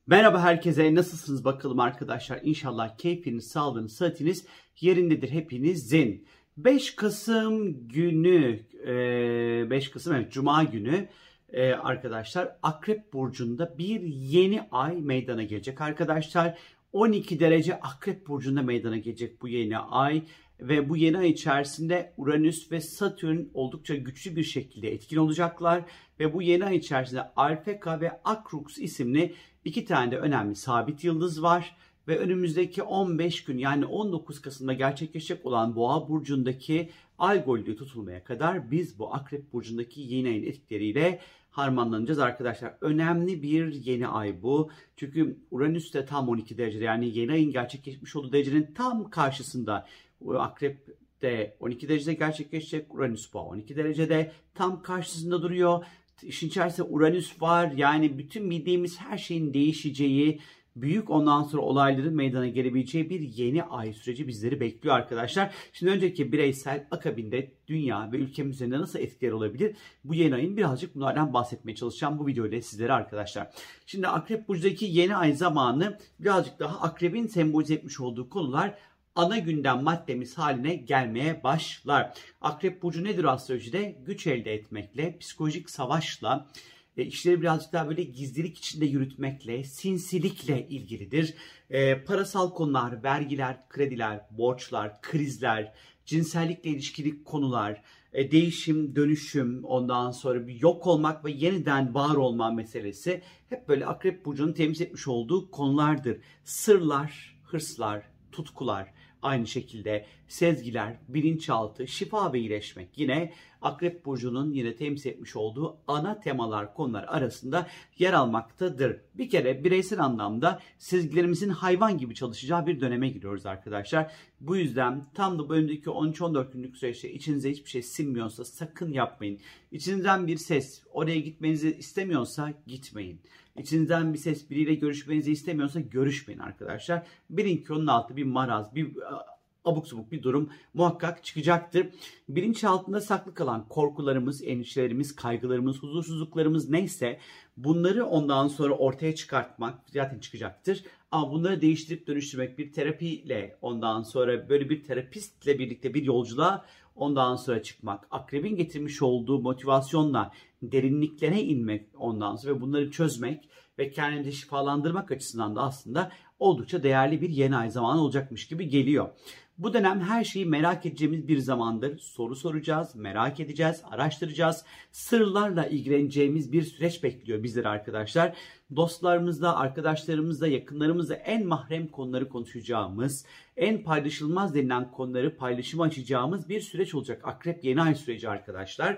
Merhaba herkese, nasılsınız bakalım arkadaşlar? İnşallah keyfiniz, sağlığınız, sıhhatiniz yerindedir hepinizin. 5 Kasım günü, 5 Kasım evet Cuma günü arkadaşlar Akrep Burcu'nda bir yeni ay meydana gelecek arkadaşlar. 12 derece Akrep Burcu'nda meydana gelecek bu yeni ay. Ve bu yeni ay içerisinde Uranüs ve Satürn oldukça güçlü bir şekilde etkin olacaklar. Ve bu yeni ay içerisinde Alpheka ve Akrux isimli iki tane de önemli sabit yıldız var. Ve önümüzdeki 15 gün yani 19 Kasım'da gerçekleşecek olan Boğa Burcu'ndaki Algol tutulmaya kadar biz bu Akrep Burcu'ndaki yeni ayın etkileriyle harmanlanacağız arkadaşlar. Önemli bir yeni ay bu. Çünkü Uranüs de tam 12 derecede, yani yeni ayın gerçekleşmiş olduğu derecenin tam karşısında. Akrep'te 12 derecede gerçekleşecek. Uranüs Boğa 12 derecede tam karşısında duruyor. İşin içerisinde Uranüs var. Yani bütün bildiğimiz her şeyin değişeceği, büyük ondan sonra olayların meydana gelebileceği bir yeni ay süreci bizleri bekliyor arkadaşlar. Şimdi önceki bireysel, akabinde dünya ve ülkemiz üzerinde nasıl etkiler olabilir? Bu yeni ayın birazcık bunlardan bahsetmeye çalışacağım bu videoyla sizlere arkadaşlar. Şimdi Akrep Burcu'ndaki yeni ay zamanı birazcık daha Akrep'in sembolize etmiş olduğu konular ana gündem maddemiz haline gelmeye başlar. Akrep Burcu nedir astrolojide? Güç elde etmekle, psikolojik savaşla, işleri birazcık daha böyle gizlilik içinde yürütmekle, sinsilikle ilgilidir. Parasal konular, vergiler, krediler, borçlar, krizler, cinsellikle ilişkili konular, değişim, dönüşüm, ondan sonra bir yok olmak ve yeniden var olma meselesi hep böyle Akrep Burcu'nun temsil etmiş olduğu konulardır. Sırlar, hırslar, tutkular, aynı şekilde sezgiler, bilinçaltı, şifa ve iyileşmek yine Akrep Burcu'nun yine temsil etmiş olduğu ana temalar, konular arasında yer almaktadır. Bir kere bireysel anlamda sezgilerimizin hayvan gibi çalışacağı bir döneme giriyoruz arkadaşlar. Bu yüzden tam da bu önceki 13-14 günlük süreçte içinize hiçbir şey sinmiyorsa sakın yapmayın. İçinizden bir ses oraya gitmenizi istemiyorsa gitmeyin. İçinizden bir ses biriyle görüşmenizi istemiyorsa görüşmeyin arkadaşlar. Bilin ki onun altında bir maraz, bir abuk subuk bir durum muhakkak çıkacaktır. Bilinçaltında saklı kalan korkularımız, endişelerimiz, kaygılarımız, huzursuzluklarımız neyse bunları ondan sonra ortaya çıkartmak zaten çıkacaktır. Ama bunları değiştirip dönüştürmek bir terapiyle, ondan sonra böyle bir terapistle birlikte bir yolculuğa ondan sonra çıkmak, Akrebin getirmiş olduğu motivasyonla derinliklerine inmek ondan sonra ve bunları çözmek ve kendimizi şifalandırmak açısından da aslında oldukça değerli bir yeni ay zamanı olacakmış gibi geliyor. Bu dönem her şeyi merak edeceğimiz bir zamandır. Soru soracağız, merak edeceğiz, araştıracağız. Sırlarla ilgileneceğimiz bir süreç bekliyor bizleri arkadaşlar. Dostlarımızla, arkadaşlarımızla, yakınlarımızla en mahrem konuları konuşacağımız, en paylaşılmaz denilen konuları paylaşıma açacağımız bir süreç olacak. Akrep yeni ay süreci arkadaşlar.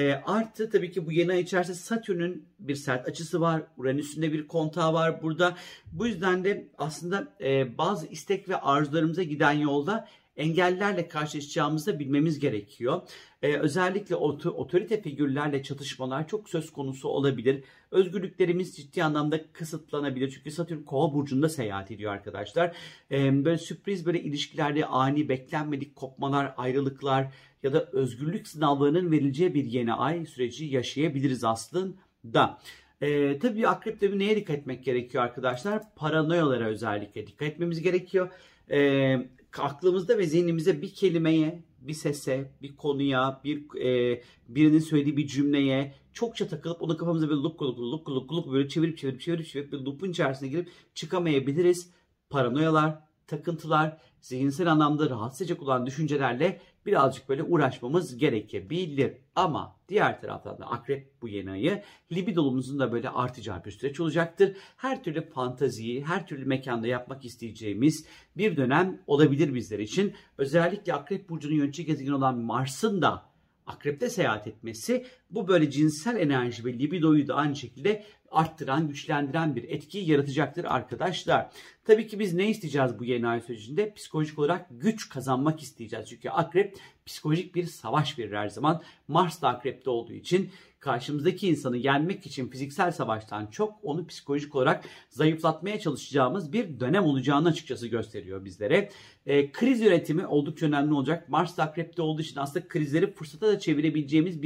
Artı tabii ki bu yeni ay içerisinde Satürn'ün bir sert açısı var. Uranüs'ün de bir kontağı var burada. Bu yüzden de aslında bazı istek ve arzularımıza giden yolda engellerle karşılaşacağımızı da bilmemiz gerekiyor. Özellikle otorite figürlerle çatışmalar çok söz konusu olabilir. Özgürlüklerimiz ciddi anlamda kısıtlanabilir. Çünkü Satürn Kova burcunda seyahat ediyor arkadaşlar. Böyle sürpriz böyle ilişkilerde ani beklenmedik kopmalar, ayrılıklar ya da özgürlük sınavlarının verileceği bir yeni ay süreci yaşayabiliriz aslında. Tabii Akrep'te neye dikkat etmek gerekiyor arkadaşlar? Paranoyalara özellikle dikkat etmemiz gerekiyor. Aklımızda ve zihnimizde bir kelimeye, bir sese, bir konuya, birinin söylediği bir cümleye çokça takılıp onu kafamıza böyle luk böyle çevirip bir loop'un içerisine girip çıkamayabiliriz. Paranoyalar, takıntılar, zihinsel anlamda rahatsız edecek olan düşüncelerle birazcık böyle uğraşmamız gerekebilir. Ama diğer taraftan da Akrep bu yeni ayı libidolumuzun da böyle artacağı bir süreç olacaktır. Her türlü fantaziyi, her türlü mekanda yapmak isteyeceğimiz bir dönem olabilir bizler için. Özellikle Akrep Burcu'nun yönetici gezegeni olan Mars'ın da Akrep'te seyahat etmesi bu böyle cinsel enerji ve libidoyu da aynı şekilde arttıran, güçlendiren bir etkiyi yaratacaktır arkadaşlar. Tabii ki biz ne isteyeceğiz bu yeni ay sürecinde? Psikolojik olarak güç kazanmak isteyeceğiz. Çünkü Akrep psikolojik bir savaş verir her zaman. Mars da Akrep'te olduğu için karşımızdaki insanı yenmek için fiziksel savaştan çok onu psikolojik olarak zayıflatmaya çalışacağımız bir dönem olacağını açıkçası gösteriyor bizlere. Kriz yönetimi oldukça önemli olacak. Mars da Akrep'te olduğu için aslında krizleri fırsata da çevirebileceğimiz bir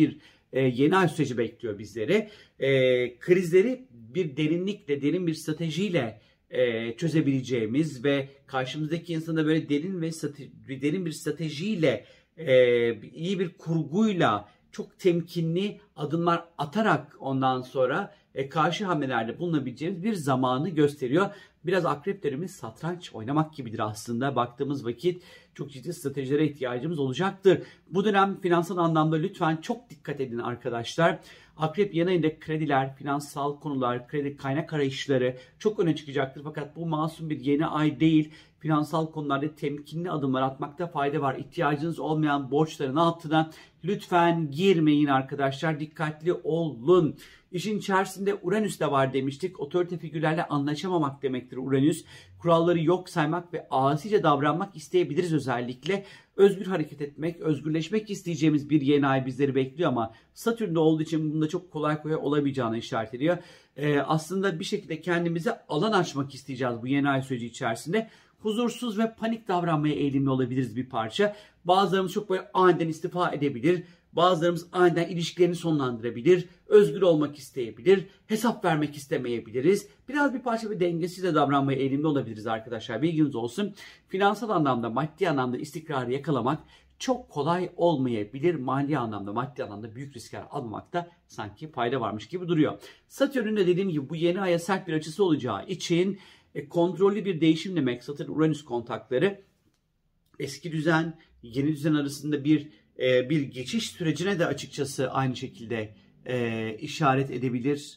yeni ay süreci bekliyor bizleri. Krizleri bir derinlikle, derin bir stratejiyle çözebileceğimiz ve karşımızdaki insana böyle derin bir stratejiyle, iyi bir kurguyla, çok temkinli adımlar atarak ondan sonra karşı hamlelerde bulunabileceğimiz bir zamanı gösteriyor. Biraz akreplerimiz satranç oynamak gibidir aslında. Baktığımız vakit çok ciddi stratejilere ihtiyacımız olacaktır. Bu dönem finansal anlamda lütfen çok dikkat edin arkadaşlar. Akrep yeni ayında krediler, finansal konular, kredi kaynak arayışları çok öne çıkacaktır. Fakat bu masum bir yeni ay değil. Finansal konularda temkinli adımlar atmakta fayda var. İhtiyacınız olmayan borçların altına lütfen girmeyin arkadaşlar. Dikkatli olun. İşin içerisinde Uranüs de var demiştik. Otorite figürlerle anlaşamamak demektir Uranüs. Kuralları yok saymak ve asice davranmak isteyebiliriz özellikle. Özgür hareket etmek, özgürleşmek isteyeceğimiz bir yeni ay bizleri bekliyor ama Satürn'de olduğu için bunda çok kolay olamayacağını işaret ediyor. Aslında bir şekilde kendimize alan açmak isteyeceğiz bu yeni ay süreci içerisinde. Huzursuz ve panik davranmaya eğilimli olabiliriz bir parça. Bazılarımız çok böyle aniden istifa edebilir. Bazılarımız aniden ilişkilerini sonlandırabilir. Özgür olmak isteyebilir. Hesap vermek istemeyebiliriz. Biraz bir parça bir dengesiz de davranmaya eğilimli olabiliriz arkadaşlar. Bilginiz olsun. Finansal anlamda, maddi anlamda istikrarı yakalamak çok kolay olmayabilir. Mali anlamda, maddi anlamda büyük riskler almamakta sanki fayda varmış gibi duruyor. Satürn'ün de dediğim gibi bu yeni aya sert bir açısı olacağı için kontrollü bir değişim demek. Satürn-Uranüs kontakları eski düzen, yeni düzen arasında bir geçiş sürecine de açıkçası aynı şekilde işaret edebilir.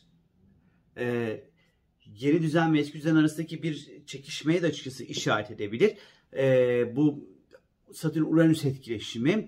Yeni düzen ve eski düzen arasındaki bir çekişmeye de açıkçası işaret edebilir. Bu Satürn-Uranüs etkileşimi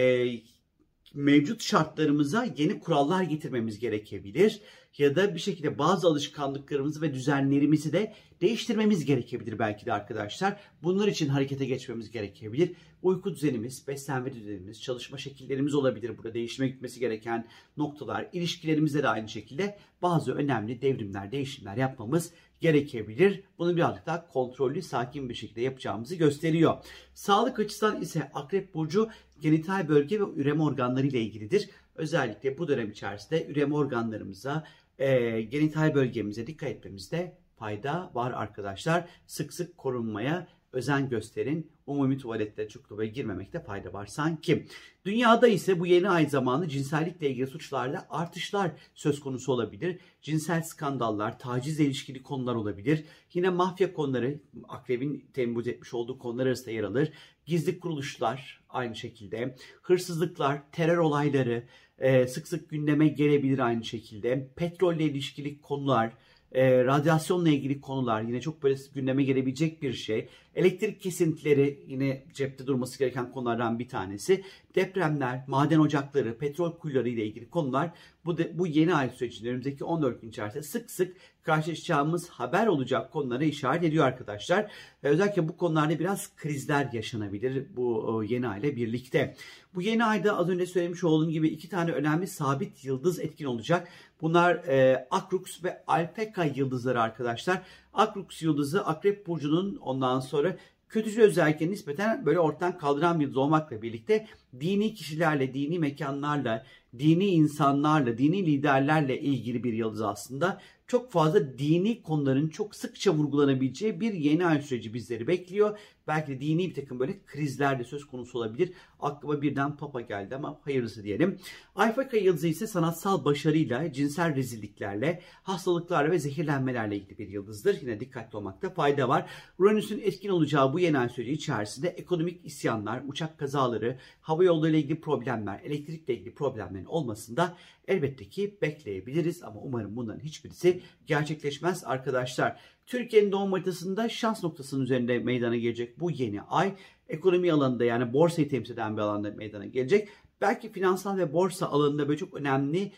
mevcut şartlarımıza yeni kurallar getirmemiz gerekebilir. Ya da bir şekilde bazı alışkanlıklarımızı ve düzenlerimizi de değiştirmemiz gerekebilir belki de arkadaşlar. Bunlar için harekete geçmemiz gerekebilir. Uyku düzenimiz, beslenme düzenimiz, çalışma şekillerimiz olabilir. Burada değişime gitmesi gereken noktalar, ilişkilerimizde de aynı şekilde bazı önemli devrimler, değişimler yapmamız gerekebilir. Bunu birazcık daha kontrollü, sakin bir şekilde yapacağımızı gösteriyor. Sağlık açısından ise Akrep Burcu genital bölge ve üreme organları ile ilgilidir. Özellikle bu dönem içerisinde üreme organlarımıza, genital bölgemize dikkat etmemizde fayda var arkadaşlar. Sık sık korunmaya özen gösterin. Umumi tuvaletlere çok da girmemekte fayda var sanki. Dünyada ise bu yeni ay zamanı cinsellikle ilgili suçlarla artışlar söz konusu olabilir. Cinsel skandallar, tacizle ilişkili konular olabilir. Yine mafya konuları, akrebin tembut etmiş olduğu konular arasında yer alır. Gizli kuruluşlar aynı şekilde. Hırsızlıklar, terör olayları sık sık gündeme gelebilir aynı şekilde. Petrolle ilişkili konular, radyasyonla ilgili konular yine çok böyle gündeme gelebilecek bir şey. Elektrik kesintileri yine cepte durması gereken konulardan bir tanesi. Depremler, maden ocakları, petrol kuyuları ile ilgili konular bu yeni ay sürecinde önümüzdeki 14 gün içerisinde sık sık karşılaşacağımız haber olacak konulara işaret ediyor arkadaşlar. Özellikle bu konularda biraz krizler yaşanabilir bu yeni ay ile birlikte. Bu yeni ayda az önce söylemiş olduğum gibi 2 tane önemli sabit yıldız etkin olacak. Bunlar Akrux ve Alphekka yıldızları arkadaşlar. Akrux yıldızı Akrep Burcu'nun ondan sonra kötücül özellikle nispeten böyle ortadan kaldıran bir yıldız olmakla birlikte dini kişilerle, dini mekanlarla, dini insanlarla, dini liderlerle ilgili bir yıldız aslında. Çok fazla dini konuların çok sıkça vurgulanabileceği bir yeni ay süreci bizleri bekliyor. Belki de dini bir takım böyle krizler de söz konusu olabilir. Aklıma birden Papa geldi ama hayırlısı diyelim. Alphekka yıldızı ise sanatsal başarıyla, cinsel rezilliklerle, hastalıklarla ve zehirlenmelerle ilgili bir yıldızdır. Yine dikkatli olmakta fayda var. Uranüs'ün etkin olacağı bu yeni ay süreci içerisinde ekonomik isyanlar, uçak kazaları, hava yolları ile ilgili problemler, elektrikle ilgili problemlerin olmasında elbette ki bekleyebiliriz ama umarım bunların hiçbirisi gerçekleşmez arkadaşlar. Türkiye'nin doğum haritasında şans noktasının üzerinde meydana gelecek bu yeni ay ekonomi alanında yani borsayı temsil eden bir alanda meydana gelecek. Belki finansal ve borsa alanında böyle çok önemli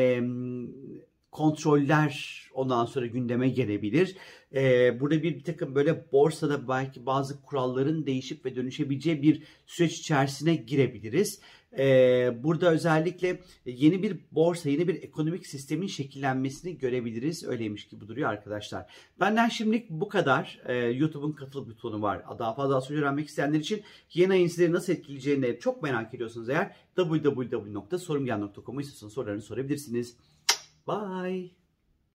kontroller ondan sonra gündeme gelebilir. Burada bir takım böyle borsada belki bazı kuralların değişip ve dönüşebileceği bir süreç içerisine girebiliriz. Burada özellikle yeni bir borsa, yeni bir ekonomik sistemin şekillenmesini görebiliriz. Öyleymiş gibi duruyor arkadaşlar. Benden şimdilik bu kadar. YouTube'un katıl butonu var. Daha fazla soru öğrenmek isteyenler için yeni ayın sizleri nasıl etkileyeceğini çok merak ediyorsunuz eğer www.sorumgen.com'a istiyorsanız sorularını sorabilirsiniz. Bye.